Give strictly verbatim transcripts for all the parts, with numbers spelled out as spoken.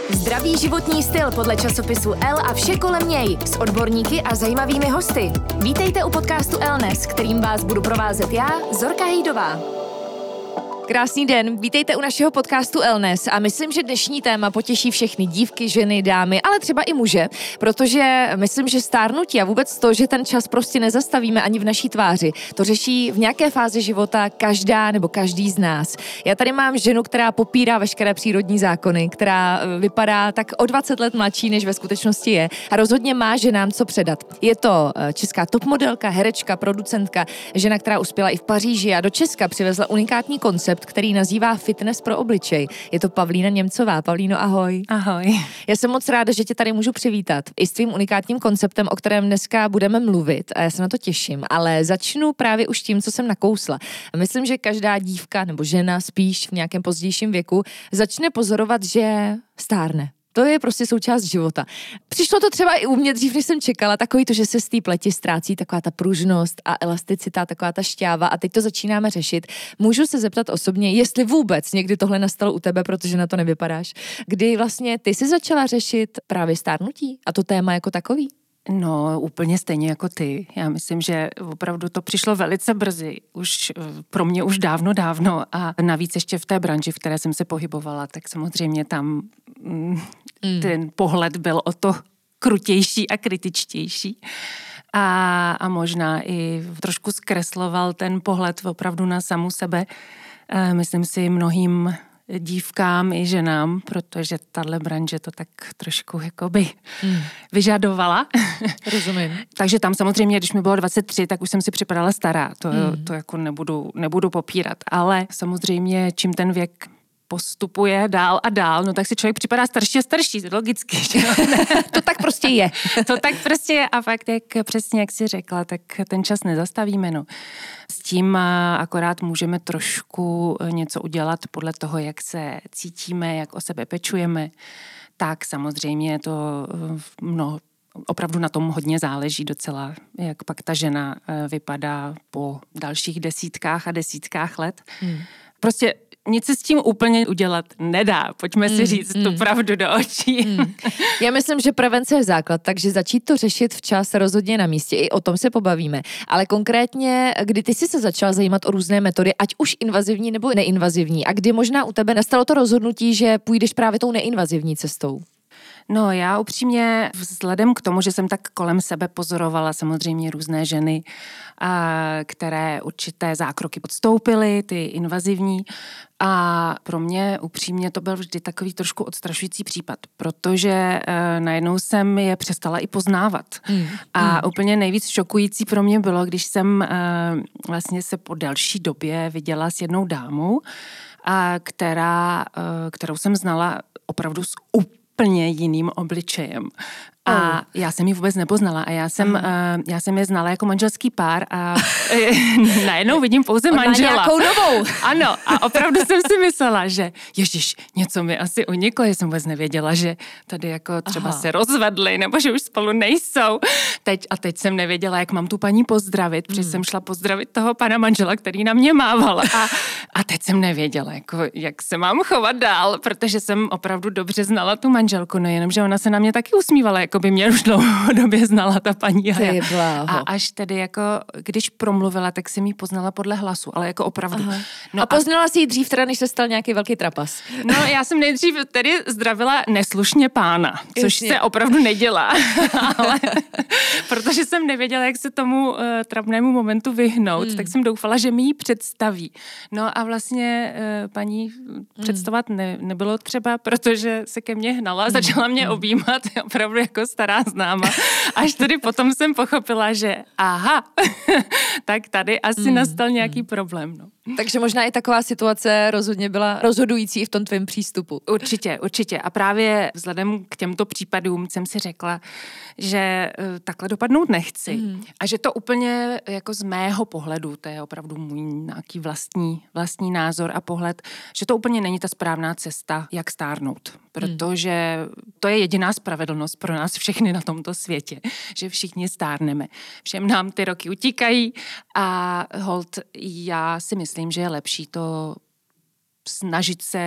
Zdravý životní styl podle časopisu Elle a vše kolem něj s odborníky a zajímavými hosty. Vítejte u podcastu Elnes, kterým vás budu provázet já, Zorka Hejdová. Krásný den, vítejte u našeho podcastu Elnes a myslím, že dnešní téma potěší všechny dívky, ženy, dámy, ale třeba i muže, protože myslím, že stárnutí a vůbec to, že ten čas prostě nezastavíme ani v naší tváři, to řeší v nějaké fázi života každá nebo každý z nás. Já tady mám ženu, která popírá veškeré přírodní zákony, která vypadá tak o dvacet let mladší, než ve skutečnosti je a rozhodně má ženám co předat. Je to česká topmodelka, herečka, producentka, žena, která uspěla i v Paříži a do Česka přivezla unikátní koncept, který nazývá fitness pro obličej. Je to Pavlína Němcová. Pavlíno, ahoj. Ahoj. Já jsem moc ráda, že tě tady můžu přivítat. I s tvým unikátním konceptem, o kterém dneska budeme mluvit a já se na to těším, ale začnu právě už tím, co jsem nakousla. Myslím, že každá dívka nebo žena spíš v nějakém pozdějším věku začne pozorovat, že stárne. To je prostě součást života. Přišlo to třeba i u mě dřív, než jsem čekala, takový to, že se z té pleti ztrácí taková ta pružnost a elasticita, taková ta šťáva a teď to začínáme řešit. Můžu se zeptat osobně, jestli vůbec někdy tohle nastalo u tebe, protože na to nevypadáš, kdy vlastně ty jsi začala řešit právě stárnutí a to téma jako takový? No, úplně stejně jako ty. Já myslím, že opravdu to přišlo velice brzy. Už pro mě už dávno, dávno a navíc ještě v té branži, v které jsem se pohybovala, tak samozřejmě tam mm, ten pohled byl o to krutější a kritičtější. A, a možná i trošku zkresloval ten pohled opravdu na samu sebe. E, myslím si mnohým dívkám i ženám, protože tahle branže to tak trošku jakoby hmm. vyžadovala. Rozumím. Takže tam samozřejmě, když mi bylo dvacet tři, tak už jsem si připadala stará. To, hmm. to jako nebudu, nebudu popírat. Ale samozřejmě, čím ten věk postupuje dál a dál, no tak si člověk připadá starší a starší, logicky. Že? To tak prostě je. To tak prostě je a fakt, jak přesně jak jsi řekla, tak ten čas nezastavíme, no. S tím akorát můžeme trošku něco udělat podle toho, jak se cítíme, jak o sebe pečujeme, tak samozřejmě to no, opravdu na tom hodně záleží docela, jak pak ta žena vypadá po dalších desítkách a desítkách let. Hmm. Prostě nic se s tím úplně udělat nedá. Pojďme si říct mm, tu mm. pravdu do očí. Mm. Já myslím, že prevence je základ, takže začít to řešit včas rozhodně na místě. I o tom se pobavíme. Ale konkrétně, kdy ty jsi se začala zajímat o různé metody, ať už invazivní nebo neinvazivní, a kdy možná u tebe nastalo to rozhodnutí, že půjdeš právě tou neinvazivní cestou? No já upřímně vzhledem k tomu, že jsem tak kolem sebe pozorovala samozřejmě různé ženy, a které určité zákroky podstoupily, ty invazivní, a pro mě upřímně to byl vždy takový trošku odstrašující případ, protože e, najednou jsem je přestala i poznávat. Mm. A mm. úplně nejvíc šokující pro mě bylo, když jsem e, vlastně se po delší době viděla s jednou dámou, a která, e, kterou jsem znala opravdu s úplně jiným obličejem. A já jsem ji vůbec nepoznala a já jsem, uh, já jsem je znala jako manželský pár a najednou vidím pouze On manžela. Má nějakou novou. Ano, a opravdu jsem si myslela, že ježiš, něco mi asi uniklo, já jsem vůbec nevěděla, že tady jako třeba Aha. se rozvedli, nebo že už spolu nejsou. Teď, a teď jsem nevěděla, jak mám tu paní pozdravit, protože hmm. jsem šla pozdravit toho pana manžela, který na mě mával. A, a teď jsem nevěděla, jako, jak se mám chovat dál, protože jsem opravdu dobře znala tu manželku, no jenom, že ona se na mě taky usmívala, jako by mě už dlouhodobě znala ta paní. A, a až tedy jako, když promluvila, tak jsem ji poznala podle hlasu, ale jako opravdu. No a poznala a... si ji dřív teda, než se stal nějaký velký trapas. No já jsem nejdřív tedy zdravila neslušně pána, což Jasně. se opravdu nedělá. Ale protože jsem nevěděla, jak se tomu uh, trapnému momentu vyhnout, hmm. tak jsem doufala, že mi ji představí. No a vlastně uh, paní hmm. představovat ne, nebylo třeba, protože se ke mně hnala, hmm. začala mě hmm. objímat, opravdu jako stará známa. Až tedy potom jsem pochopila, že aha, tak tady asi mm. nastal nějaký problém. No. Takže možná i taková situace rozhodně byla rozhodující i v tom tvém přístupu. Určitě, určitě. A právě vzhledem k těmto případům jsem si řekla, že uh, takhle dopadnout nechci. Mm. A že to úplně jako z mého pohledu, to je opravdu můj nějaký vlastní, vlastní názor a pohled, že to úplně není ta správná cesta, jak stárnout. Protože to je jediná spravedlnost pro nás všechny na tomto světě, že všichni stárneme. Všem nám ty roky utíkají a holt já si myslím, že je lepší to snažit se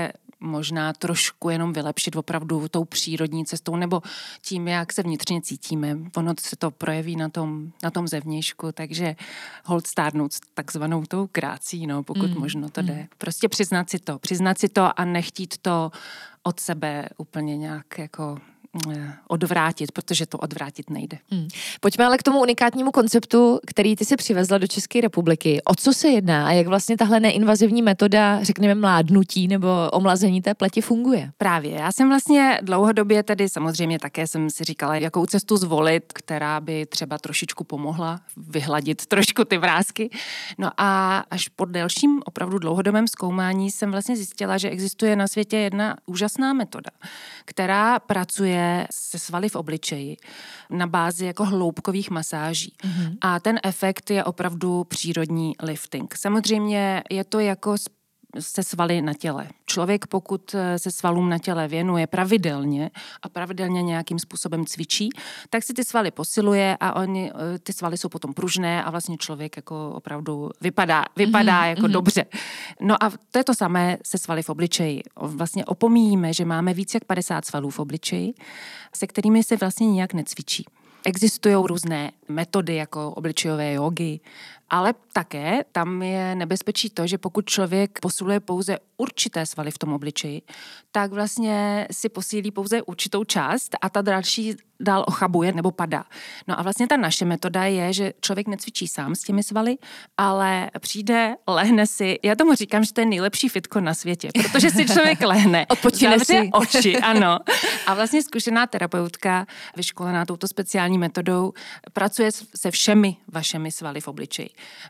možná trošku jenom vylepšit opravdu tou přírodní cestou nebo tím, jak se vnitřně cítíme. Ono se to projeví na tom, na tom zevnějšku, takže hold stárnout takzvanou tou krácí, no, pokud mm. možno to jde. Prostě přiznat si to, přiznat si to a nechtít to od sebe úplně nějak jako odvrátit, protože to odvrátit nejde. Hmm. Pojďme ale k tomu unikátnímu konceptu, který ty si přivezla do České republiky. O co se jedná a jak vlastně tahle neinvazivní metoda, řekněme, mládnutí nebo omlazení té pleti funguje? Právě. Já jsem vlastně dlouhodobě tedy samozřejmě také jsem si říkala, jakou cestu zvolit, která by třeba trošičku pomohla vyhladit trošku ty vrásky. No a až po delším opravdu dlouhodobém zkoumání jsem vlastně zjistila, že existuje na světě jedna úžasná metoda, která pracuje se svaly v obličeji na bázi jako hloubkových masáží. Mm-hmm. A ten efekt je opravdu přírodní lifting. Samozřejmě je to jako se svaly na těle. Člověk, pokud se svalům na těle věnuje pravidelně a pravidelně nějakým způsobem cvičí, tak si ty svaly posiluje a oni, ty svaly jsou potom pružné a vlastně člověk jako opravdu vypadá, vypadá mm-hmm. jako mm-hmm. dobře. No a to je to samé se svaly v obličeji. Vlastně opomíjíme, že máme víc jak padesát svalů v obličeji, se kterými se vlastně nijak necvičí. Existují různé metody jako obličejové jógy, ale také tam je nebezpečí to, že pokud člověk posiluje pouze určité svaly v tom obličeji, tak vlastně si posílí pouze určitou část a ta další dál ochabuje nebo padá. No a vlastně ta naše metoda je, že člověk necvičí sám s těmi svaly, ale přijde, lehne si, já tomu říkám, že to je nejlepší fitko na světě, protože si člověk lehne, odpočine si oči, ano. A vlastně zkušená terapeutka, vyškolená touto speciální metodou, pracuje se všemi vašimi svaly v obličeji.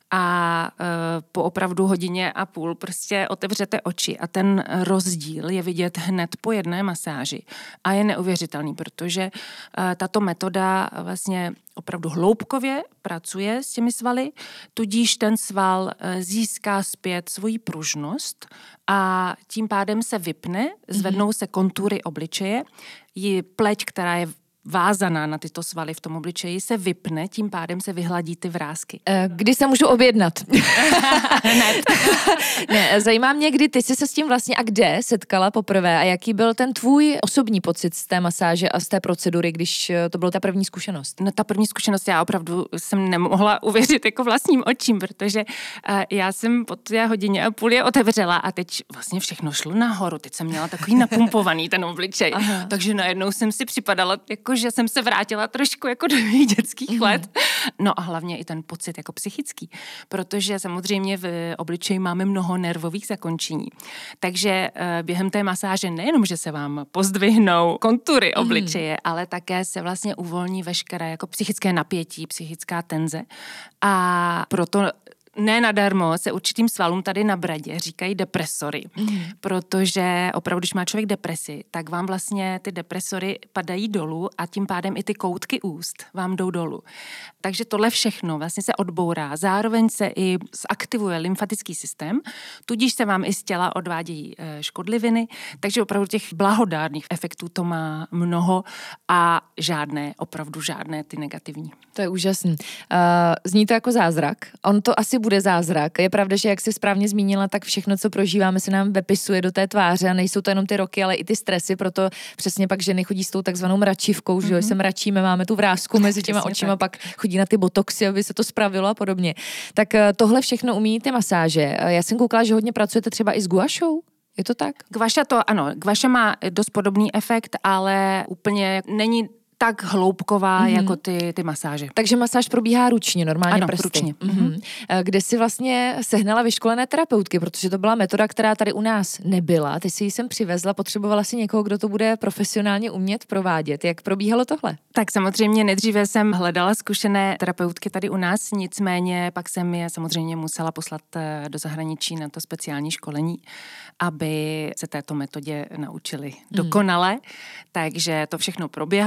A e, po opravdu hodině a půl prostě otevřete oči a ten rozdíl je vidět hned po jedné masáži. A je neuvěřitelný, protože e, tato metoda vlastně opravdu hloubkově pracuje s těmi svaly, tudíž ten sval e, získá zpět svoji pružnost a tím pádem se vypne, zvednou se kontury obličeje, ji pleť, která je vázaná na tyto svaly v tom obličeji, se vypne, tím pádem se vyhladí ty vrásky. Kdy se můžu objednat? Hned. Ne, zajímá mě, kdy ty jsi se s tím vlastně a kde setkala poprvé a jaký byl ten tvůj osobní pocit z té masáže a z té procedury, když to byla ta první zkušenost? No ta první zkušenost, já opravdu jsem nemohla uvěřit jako vlastním očím, protože uh, já jsem po té hodině a půl je otevřela a teď vlastně všechno šlo nahoru, teď jsem měla takový napumpovaný ten obličej, Aha. takže najednou jsem si připadala jako že jsem se vrátila trošku jako do mých dětských mm. let. No a hlavně i ten pocit jako psychický, protože samozřejmě v obličeji máme mnoho nervových zakončení. Takže během té masáže nejenom, že se vám pozdvihnou kontury obličeje, mm. ale také se vlastně uvolní veškeré jako psychické napětí, psychická tenze. A proto ne nadarmo se určitým svalům tady na bradě říkají depresory, mm. protože opravdu, když má člověk depresi, tak vám vlastně ty depresory padají dolů a tím pádem i ty koutky úst vám jdou dolů. Takže tohle všechno vlastně se odbourá. Zároveň se i zaktivuje lymfatický systém, tudíž se vám i z těla odvádějí škodliviny, takže opravdu těch blahodárných efektů to má mnoho a žádné, opravdu žádné ty negativní. To je úžasný. Uh, zní to jako zázrak. On to asi bude zázrak. Je pravda, že jak jsi správně zmínila, tak všechno, co prožíváme, se nám vepisuje do té tváře a nejsou to jenom ty roky, ale i ty stresy, proto přesně pak ženy chodí s tou takzvanou mračivkou, mm-hmm. že se mračíme, máme tu vrásku mezi těma očima, tak. Pak chodí na ty botoxy, aby se to spravilo a podobně. Tak tohle všechno umí ty masáže. Já jsem koukala, že hodně pracujete třeba i s guašou. Je to tak? Gvaša to, ano, gvaša má dost podobný efekt, ale úplně není tak hloubková mm-hmm. jako ty, ty masáže. Takže masáž probíhá ručně, normálně ano, prsty. ručně. Mm-hmm. Kde jsi vlastně sehnala vyškolené terapeutky, protože to byla metoda, která tady u nás nebyla. Ty si ji sem přivezla, potřebovala si někoho, kdo to bude profesionálně umět provádět. Jak probíhalo tohle? Tak samozřejmě nejdříve jsem hledala zkušené terapeutky tady u nás, nicméně pak jsem je samozřejmě musela poslat do zahraničí na to speciální školení, aby se této metodě naučili dokonale. Mm. Takže to všechno proběhlo a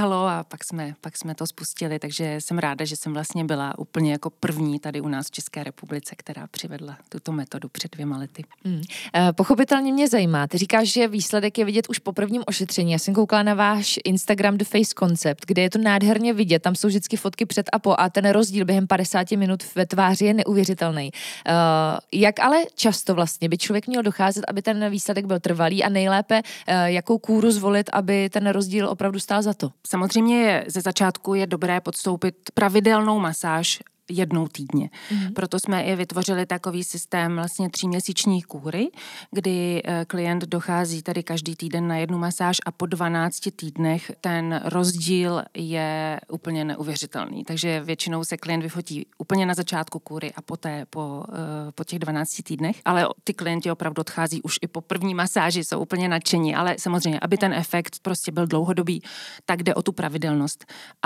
pak jsme, pak jsme to spustili, takže jsem ráda, že jsem vlastně byla úplně jako první tady u nás v České republice, která přivedla tuto metodu před dvěma lety. Hmm. Pochopitelně mě zajímá, ty říkáš, že výsledek je vidět už po prvním ošetření. Já jsem koukala na váš Instagram The Face Concept, kde je to nádherně vidět, tam jsou vždycky fotky před a po a ten rozdíl během padesáti minut ve tváři je neuvěřitelný. Uh, jak ale často vlastně by člověk měl docházet, aby ten výsledek byl trvalý a nejlépe uh, jakou kůru zvolit, aby ten rozdíl opravdu stál za to? Samozřejmě je, ze začátku je dobré podstoupit pravidelnou masáž jednou týdně. Mm-hmm. Proto jsme i vytvořili takový systém vlastně tříměsíční kůry, kdy klient dochází tady každý týden na jednu masáž a po dvanácti týdnech ten rozdíl je úplně neuvěřitelný. Takže většinou se klient vyfotí úplně na začátku kůry a poté po, po těch dvanácti týdnech. Ale ty klienti opravdu odchází už i po první masáži, jsou úplně nadšení. Ale samozřejmě, aby ten efekt prostě byl dlouhodobý, tak jde o tu pravidelnost.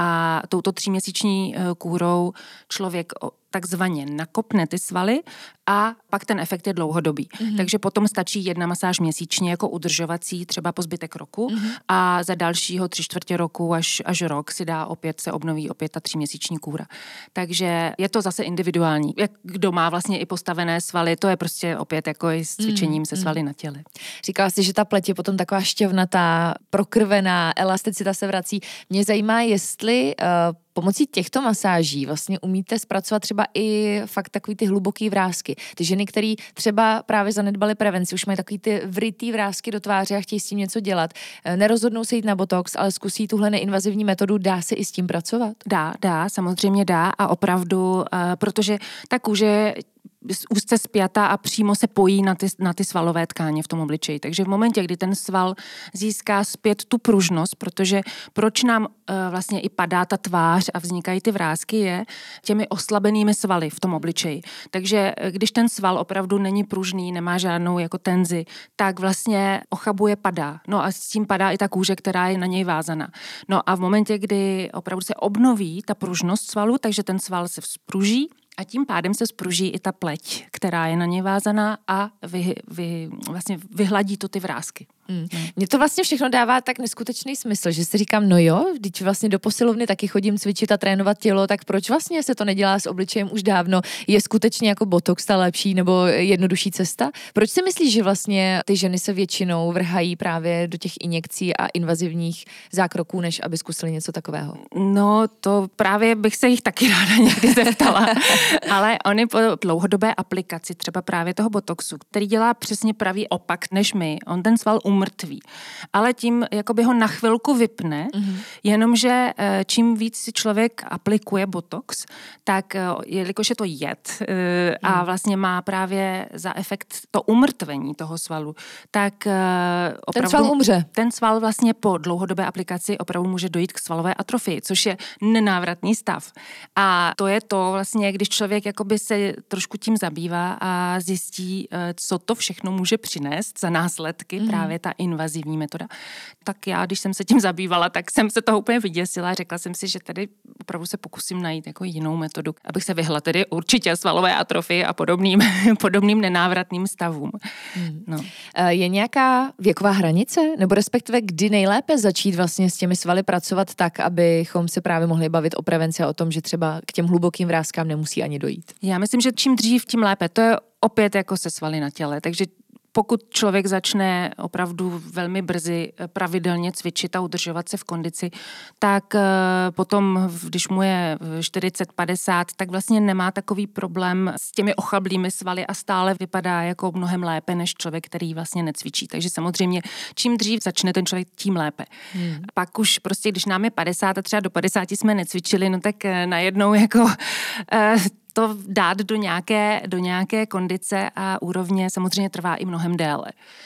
A touto tříměsíční kůrou člověk Člověk takzvaně nakopne ty svaly a pak ten efekt je dlouhodobý. Mm-hmm. Takže potom stačí jedna masáž měsíčně jako udržovací třeba po zbytek roku mm-hmm. a za dalšího tři čtvrtě roku až, až rok si dá opět, se obnoví opět ta tříměsíční kůra. Takže je to zase individuální. Jak kdo má vlastně i postavené svaly, to je prostě opět jako i s cvičením mm-hmm. se svaly na těle. Říkala jsi, že ta pleť je potom taková šťavnatá, prokrvená, elasticita se vrací. Mě zajímá, jestli uh, pomocí těchto masáží vlastně umíte zpracovat třeba i fakt takový ty hluboký vrásky. Ty ženy, které třeba právě zanedbaly prevenci, už mají takový ty vrytý vrásky do tváře a chtějí s tím něco dělat. Nerozhodnou se jít na botox, ale zkusí tuhle neinvazivní metodu, dá se i s tím pracovat? Dá, dá, samozřejmě dá a opravdu, uh, protože ta kůže úzce spjatá a přímo se pojí na ty, na ty svalové tkáně v tom obličeji. Takže v momentě, kdy ten sval získá zpět tu pružnost, protože proč nám uh, vlastně i padá ta tvář a vznikají ty vrásky, je těmi oslabenými svaly v tom obličeji. Takže když ten sval opravdu není pružný, nemá žádnou jako tenzi, tak vlastně ochabuje, padá. No a s tím padá i ta kůže, která je na něj vázaná. No a v momentě, kdy opravdu se obnoví ta pružnost svalu, takže ten sval se vzpruží, a tím pádem se spruží i ta pleť, která je na ně vázaná a vy, vy, vlastně vyhladí to ty vrásky. Hmm. Mně to vlastně všechno dává tak neskutečný smysl, že si říkám, no jo, když vlastně do posilovny taky chodím cvičit a trénovat tělo, tak proč vlastně se to nedělá s obličejem už dávno? Je skutečně jako botox ta lepší nebo jednodušší cesta? Proč si myslíš, že vlastně ty ženy se většinou vrhají právě do těch injekcí a invazivních zákroků, než aby zkusili něco takového? No, to právě bych se jich taky ráda někdy zeptala. Ale oni po dlouhodobé aplikaci třeba právě toho botoxu, který dělá přesně pravý opak než my, on ten sval umrtví. Ale tím jakoby ho na chvilku vypne, mm-hmm. jenomže čím víc si člověk aplikuje botox, tak jelikož je to jed mm. a vlastně má právě za efekt to umrtvení toho svalu, tak opravdu... Ten sval umře. Ten sval vlastně po dlouhodobé aplikaci opravdu může dojít k svalové atrofii, což je nenávratný stav. A to je to vlastně, když člověk jakoby se trošku tím zabývá a zjistí, co to všechno může přinést za následky, mm. právě ta invazivní metoda. Tak já, když jsem se tím zabývala, tak jsem se toho úplně vyděsila a řekla jsem si, že tady opravdu se pokusím najít jako jinou metodu, abych se vyhla tedy určitě svalové atrofii a podobným, podobným nenávratným stavům. Mm. No. Je nějaká věková hranice? Nebo respektive kdy nejlépe začít vlastně s těmi svaly pracovat tak, abychom se právě mohli bavit o prevenci a o tom, že třeba k těm hlubokým vráskám nemusí ani dojít? Já myslím, že čím dřív, tím lépe. To je opět jako se svaly na těle, takže pokud člověk začne opravdu velmi brzy pravidelně cvičit a udržovat se v kondici, tak potom, když mu je čtyřicet padesát, tak vlastně nemá takový problém s těmi ochablými svaly a stále vypadá jako mnohem lépe než člověk, který vlastně necvičí. Takže samozřejmě, čím dřív začne ten člověk, tím lépe. Hmm. Pak už prostě, když nám je padesát a třeba do padesáti jsme necvičili, no tak najednou jako... Uh, to dát do nějaké, do nějaké kondice a úrovně samozřejmě trvá i mnohem déle.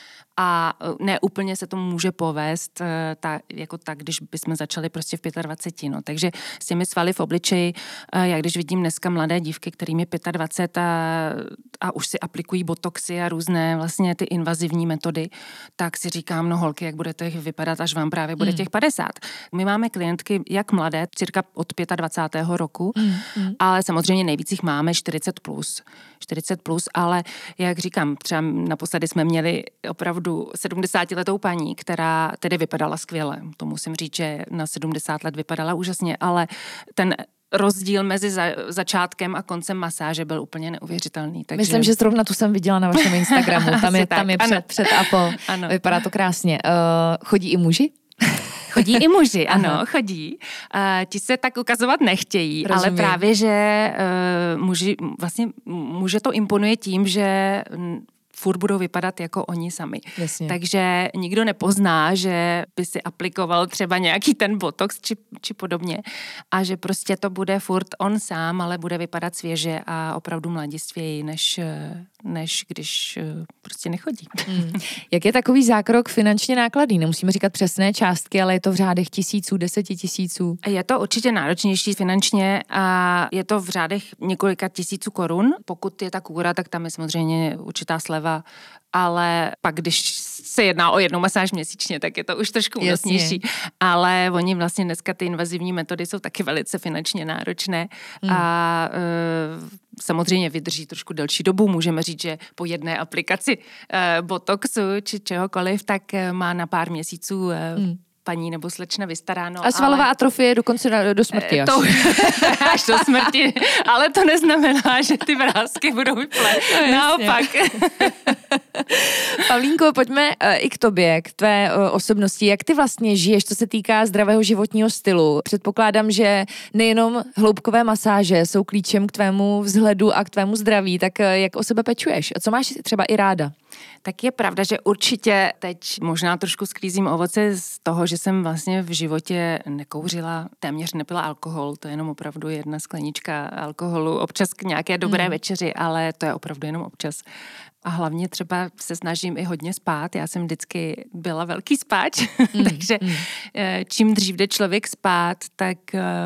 A ne úplně se to může povést ta, jako tak, když bychom začali prostě v dvaceti pěti. No. Takže s těmi svaly v obličeji, já když vidím dneska mladé dívky, kterým je dvacet pět a, a už si aplikují botoxy a různé vlastně ty invazivní metody, tak si říkám, no holky, jak budete vypadat, až vám právě bude mm. těch padesát. My máme klientky jak mladé, cirka od dvacátého pátého roku, mm. ale samozřejmě nejvíc jich máme čtyřicet plus. čtyřicet plus, ale jak říkám, třeba naposledy jsme měli opravdu opravdu sedmdesátiletou paní, která tedy vypadala skvěle. To musím říct, že na sedmdesát let vypadala úžasně, ale ten rozdíl mezi za, začátkem a koncem masáže byl úplně neuvěřitelný. Takže... Myslím, že zrovna tu jsem viděla na vašem Instagramu. Tam je, tam je před, před a po. Ano. Vypadá to krásně. Uh, chodí i muži? Chodí i muži, ano, Aha. chodí. Uh, ti se tak ukazovat nechtějí, Rozumím. ale právě, že uh, muži, vlastně muže to imponuje tím, že furt budou vypadat jako oni sami. Jasně. Takže nikdo nepozná, že by si aplikoval třeba nějaký ten botox či, či podobně a že prostě to bude furt on sám, ale bude vypadat svěže a opravdu mladistvěji, než, než když prostě nechodí. Hmm. Jak je takový zákrok finančně nákladný? Nemusíme říkat přesné částky, ale je to v řádech tisíců, deseti tisíců? Je to určitě náročnější finančně a je to v řádech několika tisíců korun. Pokud je ta kůra, tak tam je samozřejmě určitá sleva, ale pak, když se jedná o jednu masáž měsíčně, tak je to už trošku únosnější. Ale oni vlastně dneska ty invazivní metody jsou taky velice finančně náročné mm. a e, samozřejmě vydrží trošku delší dobu. Můžeme říct, že po jedné aplikaci e, botoxu či čehokoliv, tak má na pár měsíců e, mm. paní nebo slečna vystaráno. A svalová ale... atrofie dokonce na, do smrti až. To, až do smrti, ale to neznamená, že ty vrásky budou vyplet. No, naopak. Pavlínko, pojďme uh, i k tobě, k tvé uh, osobnosti. Jak ty vlastně žiješ, co se týká zdravého životního stylu? Předpokládám, že nejenom hloubkové masáže jsou klíčem k tvému vzhledu a k tvému zdraví, tak uh, jak o sebe pečuješ? A co máš třeba i ráda? Tak je pravda, že určitě teď možná trošku sklízím ovoce z toho, že jsem vlastně v životě nekouřila, téměř nepila alkohol, to je jenom opravdu jedna sklenička alkoholu, občas k nějaké dobré mm. večeři, ale to je opravdu jenom občas. A hlavně třeba se snažím i hodně spát, já jsem vždycky byla velký spáč, mm. takže mm. čím dřív jde člověk spát, tak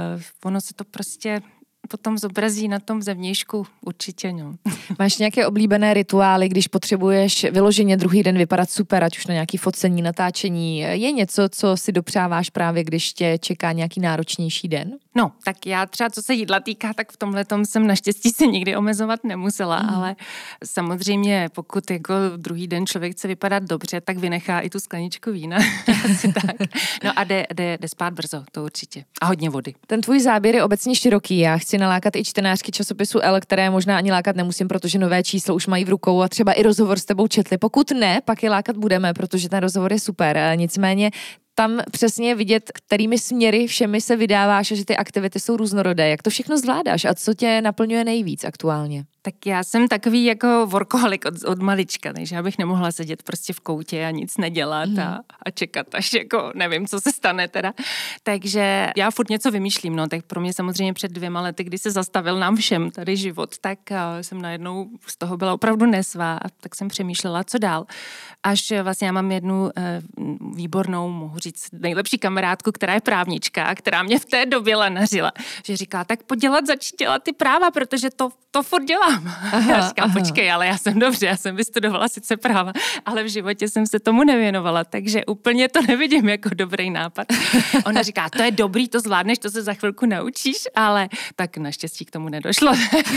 ono se to prostě potom zobrazí na tom zevnějšku určitě, no. Máš nějaké oblíbené rituály, když potřebuješ vyloženě druhý den vypadat super, ať už na nějaký focení, natáčení? Je něco, co si dopřáváš právě, když tě čeká nějaký náročnější den? No, tak já třeba, co se jídla týká, tak v tomhletom jsem naštěstí se nikdy omezovat nemusela, mm. ale samozřejmě pokud jako druhý den člověk chce vypadat dobře, tak vynechá i tu skleničku vína. Asi tak. No a jde, jde, jde spát brzo, to určitě. A hodně vody. Ten tvůj záběr je obecně široký. Já chci nalákat i čtenářky časopisu Elle, které možná ani lákat nemusím, protože nové číslo už mají v rukou a třeba i rozhovor s tebou četli. Pokud ne, pak je lákat budeme, protože ten rozhovor je super. Nicméně tam přesně vidět, kterými směry všemi se vydáváš a že ty aktivity jsou různorodé. Jak to všechno zvládáš a co tě naplňuje nejvíc aktuálně? Tak já jsem takový jako workoholik od, od malička, takže já bych nemohla sedět prostě v koutě a nic nedělat mm. a, a čekat, až jako nevím, co se stane teda. Takže já furt něco vymýšlím, no, tak pro mě samozřejmě před dvěma lety, kdy se zastavil nám všem tady život, tak uh, jsem najednou z toho byla opravdu nesvá a tak jsem přemýšlela, co dál. Až vlastně já mám jednu uh, výbornou, mohu říct, nejlepší kamarádku, která je právnička a která mě v té době lenařila, že říká, tak pojď dělat, začít dělat ty práva, protože to, to furt dělám. Aha, já říkám, aha. Počkej, ale já jsem dobře, já jsem vystudovala sice práva, ale v životě jsem se tomu nevěnovala, takže úplně to nevidím jako dobrý nápad. Ona říká, to je dobrý, to zvládneš, to se za chvilku naučíš, ale tak naštěstí k tomu nedošlo.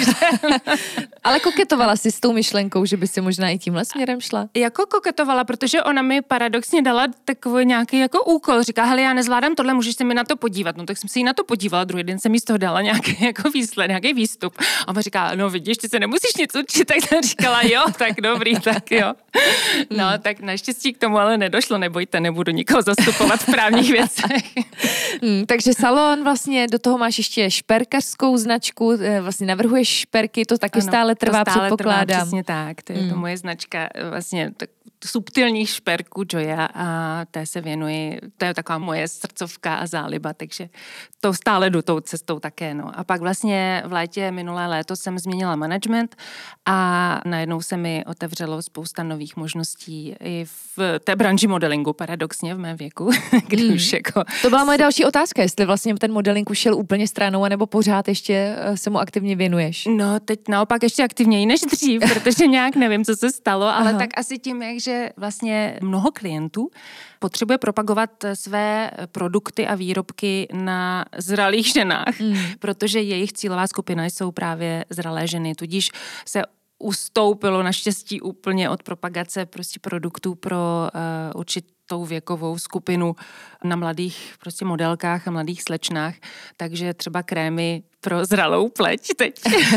Ale koketovala jsi s tou myšlenkou, že by si možná i tímhle směrem šla? Jako koketovala, protože ona mi paradoxně dala takový nějaký jako úkol. Říká, hele, já nezvládám tohle, můžeš se mi na to podívat. No tak jsem si jí na to podívala, druhý den jsem jí z toho dala nějaký jako výsled, nějaký výstup. A ona říká, no vidíš, ty se nemusíš nic učit, tak jsem říkala, jo, tak dobrý, tak jo. No, hmm. tak naštěstí k tomu ale nedošlo, nebojte, nebudu nikoho zastupovat v právních věcech. Hmm, takže salon, vlastně do toho máš ještě šperkařskou značku, vlastně navrhuješ šperky, to taky ano, stále trvá, to stále předpokládám. Trvá, přesně tak, to je hmm. to moje značka, vlastně tak subtilních šperků Joya a té se věnuji, to je taková moje srdcovka a záliba, takže to stále jdu tou cestou také, no. A pak vlastně v létě minulé léto jsem změnila management a najednou se mi otevřelo spousta nových možností i v té branži modelingu, paradoxně v mém věku, kdy mm. už jako... To byla moje další otázka, jestli vlastně ten modeling už šel úplně stranou, anebo pořád ještě se mu aktivně věnuješ. No, teď naopak ještě aktivněji než dřív, protože nějak nevím, co se stalo, ale Aha. tak asi tím, jak že vlastně mnoho klientů potřebuje propagovat své produkty a výrobky na zralých ženách, mm. protože jejich cílová skupina jsou právě zralé ženy, tudíž se ustoupilo naštěstí úplně od propagace prostě produktů pro uh, určitou věkovou skupinu na mladých prostě modelkách a mladých slečnách, takže třeba krémy pro zralou pleť teď.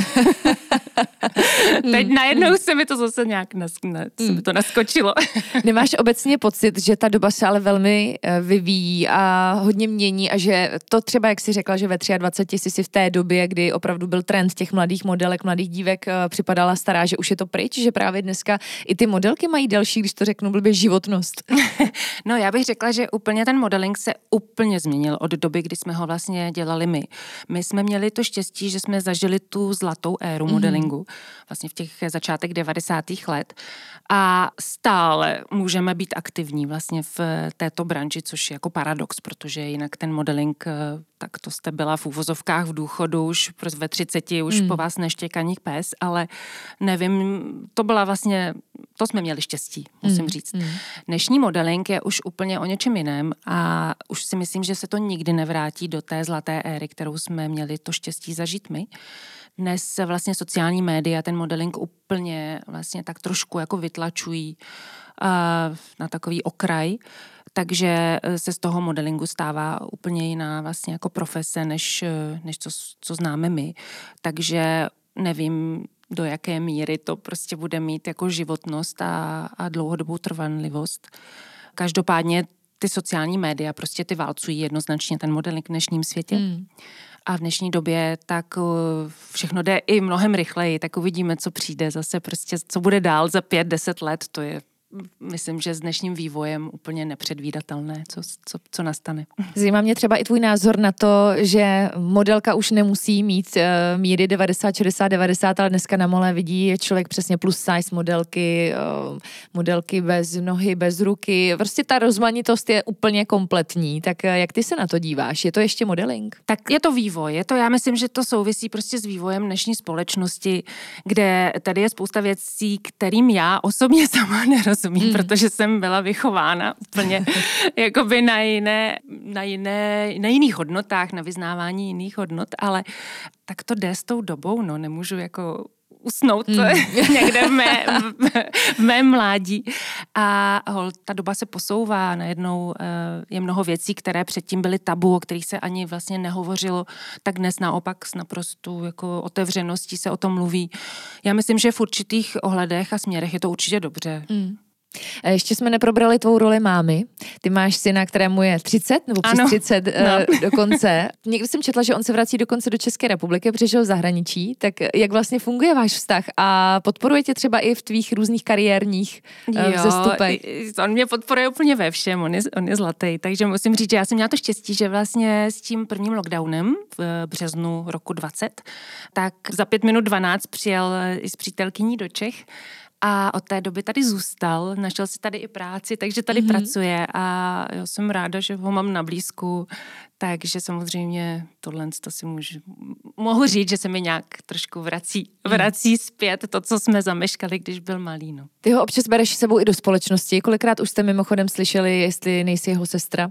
Teď najednou se mi to zase nějak nas, na, se mi to naskočilo. Nemáš obecně pocit, že ta doba se ale velmi vyvíjí a hodně mění a že to třeba, jak jsi řekla, že ve dvaceti třech jsi si v té době, kdy opravdu byl trend těch mladých modelek, mladých dívek, připadala stará, že už je to pryč, že právě dneska i ty modelky mají delší, když to řeknu blbě, životnost. No já bych řekla, že úplně ten modeling se úplně změnil od doby, kdy jsme ho vlastně dělali my. My jsme měli to štěstí, že jsme zažili tu zlatou éru modelingu, mm-hmm. vlastně v těch začátek devadesátých let a stále můžeme být aktivní vlastně v této branži, což je jako paradox, protože jinak ten modeling, tak to jste byla v úvozovkách v důchodu, už ve třiceti už mm. po vás neštěkaných pes, ale nevím, to byla vlastně, to jsme měli štěstí, musím mm. říct. Mm. Dnešní modeling je už úplně o něčem jiném a už si myslím, že se to nikdy nevrátí do té zlaté éry, kterou jsme měli to štěstí zažít my. Dnes vlastně sociální média ten modeling úplně vlastně tak trošku jako vytlačují uh, na takový okraj, takže se z toho modelingu stává úplně jiná vlastně jako profese, než, než co, co známe my. Takže nevím, do jaké míry to prostě bude mít jako životnost a, a dlouhodobou trvanlivost. Každopádně ty sociální média prostě ty válcují jednoznačně ten modeling v dnešním světě. Hmm. A v dnešní době tak všechno jde i mnohem rychleji, tak uvidíme, co přijde zase prostě, co bude dál za pět, deset let, to je, myslím, že s dnešním vývojem úplně nepředvídatelné, co, co, co nastane. Zajímá mě třeba i tvůj názor na to, že modelka už nemusí mít uh, míry devadesát, šedesát, devadesát, ale dneska na mole vidí člověk přesně plus size modelky, uh, modelky bez nohy, bez ruky. Prostě ta rozmanitost je úplně kompletní. Tak uh, jak ty se na to díváš? Je to ještě modeling? Tak je to vývoj. Je to, já myslím, že to souvisí prostě s vývojem dnešní společnosti, kde tady je spousta věcí, kterým já osobně sama nerozumím. Hmm. Protože jsem byla vychována úplně jakoby na jiné, na jiné, na jiných hodnotách, na vyznávání jiných hodnot, ale tak to jde s tou dobou, no, nemůžu jako usnout mm. někde v, mé, v, v mém mládí. A hol, ta doba se posouvá, najednou uh, je mnoho věcí, které předtím byly tabu, o kterých se ani vlastně nehovořilo, tak dnes naopak s naprostou jako otevřeností se o tom mluví. Já myslím, že v určitých ohledech a směrech je to určitě dobře. Mm. Ještě jsme neprobrali tvou roli mámy. Ty máš syna, kterému je třicet, nebo přes ano. třicet no. dokonce. Někdy jsem četla, že on se vrací dokonce do České republiky, přišel v zahraničí. Tak jak vlastně funguje váš vztah a podporuje tě třeba i v tvých různých kariérních jo, vzestupech? On mě podporuje úplně ve všem, on je, on je zlatý. Takže musím říct, že já jsem měla to štěstí, že vlastně s tím prvním lockdownem v březnu roku dvacet, tak za pět minut dvanáct přijel i s přítelkyní do Čech. A od té doby tady zůstal, našel si tady i práci, takže tady mm-hmm. pracuje a já jsem ráda, že ho mám na blízku, takže samozřejmě tohle to si můžu, mohu říct, že se mi nějak trošku vrací, vrací zpět to, co jsme zameškali, když byl malý. No. Ty ho občas bereš s sebou i do společnosti. Kolikrát už jste mimochodem slyšeli, jestli nejsi jeho sestra?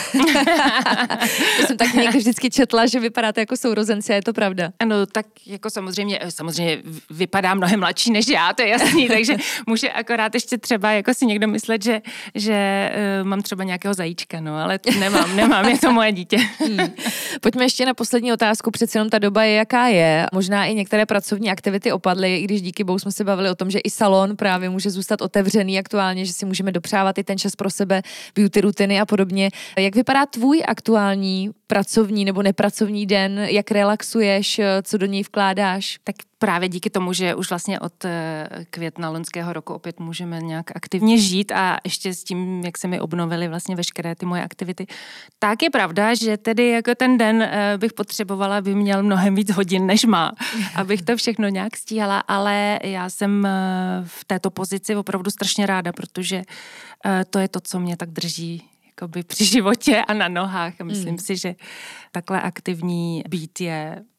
To jsem tak někdy vždycky četla, že vypadáte jako sourozenci, a je to pravda? Ano, tak jako samozřejmě, samozřejmě vypadá mnohem mladší než já, to je jasný, takže může akorát ještě třeba jako si někdo myslet, že, že uh, mám třeba nějakého zajíčka, no, ale nemám, nemám, je to moje dítě. Hmm. Pojďme ještě na poslední otázku, přece jenom ta doba je, jaká je. Možná i některé pracovní aktivity opadly, i když díky bohu jsme se bavili o tom, že i salon právě může zůstat otevřený aktuálně, že si můžeme dopřávat i ten čas pro sebe, beauty rutiny a podobně. Jak vypadá tvůj aktuální pracovní nebo nepracovní den, jak relaxuješ, co do něj vkládáš? Tak právě díky tomu, že už vlastně od května loňského roku opět můžeme nějak aktivně žít a ještě s tím, jak se mi obnovily vlastně veškeré ty moje aktivity, tak je pravda, že tedy jako ten den bych potřebovala, by měl mnohem víc hodin, než má, abych to všechno nějak stíhala, ale já jsem v této pozici opravdu strašně ráda, protože to je to, co mě tak drží jakoby při životě a na nohách. A myslím mm. si, že takhle aktivní být je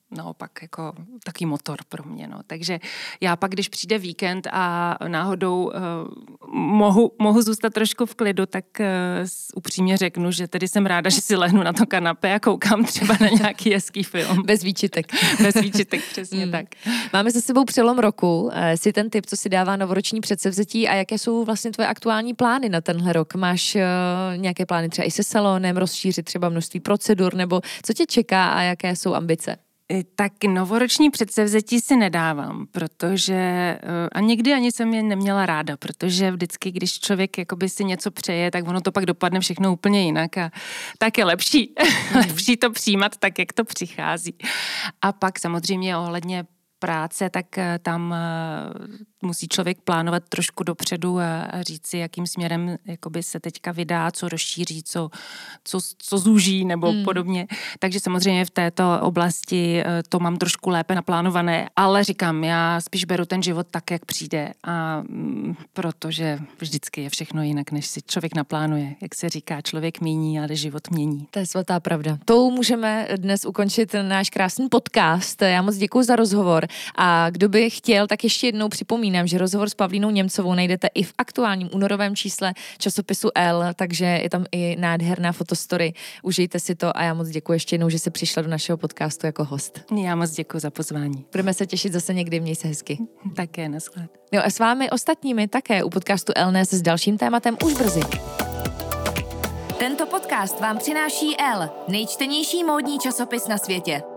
naopak jako taký motor pro mě. No. Takže já pak, když přijde víkend a náhodou uh, mohu, mohu zůstat trošku v klidu, tak uh, upřímně řeknu, že tedy jsem ráda, že si lehnu na to kanapé a koukám třeba na nějaký hezký film. Bez výčitek. Bez výčitek, přesně mm. tak. Máme za sebou přelom roku. Jsi ten typ, co si dává novoroční předsevzetí a jaké jsou vlastně tvoje aktuální plány na tenhle rok? Máš uh, nějaké plány třeba i se salonem, rozšířit třeba množství procedur, nebo co tě čeká a jaké jsou ambice? Tak novoroční předsevzetí si nedávám, protože a někdy ani jsem je neměla ráda, protože vždycky, když člověk jakoby si něco přeje, tak ono to pak dopadne všechno úplně jinak a tak je lepší, mm. lepší to přijímat tak, jak to přichází. A pak samozřejmě ohledně práce, tak tam musí člověk plánovat trošku dopředu a říct si, jakým směrem jakoby se teďka vydá, co rozšíří, co, co, co zúží nebo hmm. podobně. Takže samozřejmě v této oblasti to mám trošku lépe naplánované, ale říkám, já spíš beru ten život tak, jak přijde a protože vždycky je všechno jinak, než si člověk naplánuje. Jak se říká, člověk míní, ale život mění. To je svatá pravda. Tou můžeme dnes ukončit náš krásný podcast. Já moc děkuji za rozhovor a kdo by chtěl, tak ještě jednou připomínám, že rozhovor s Pavlínou Němcovou najdete i v aktuálním únorovém čísle časopisu Elle, takže je tam i nádherná fotostory. Užijte si to a já moc děkuji ještě jednou, že jsi přišla do našeho podcastu jako host. Já moc děkuji za pozvání. Budeme se těšit zase někdy, měj se hezky. Také, naschled. Jo a s vámi ostatními také u podcastu Elnes s dalším tématem už brzy. Tento podcast vám přináší Elle, nejčtenější módní časopis na světě.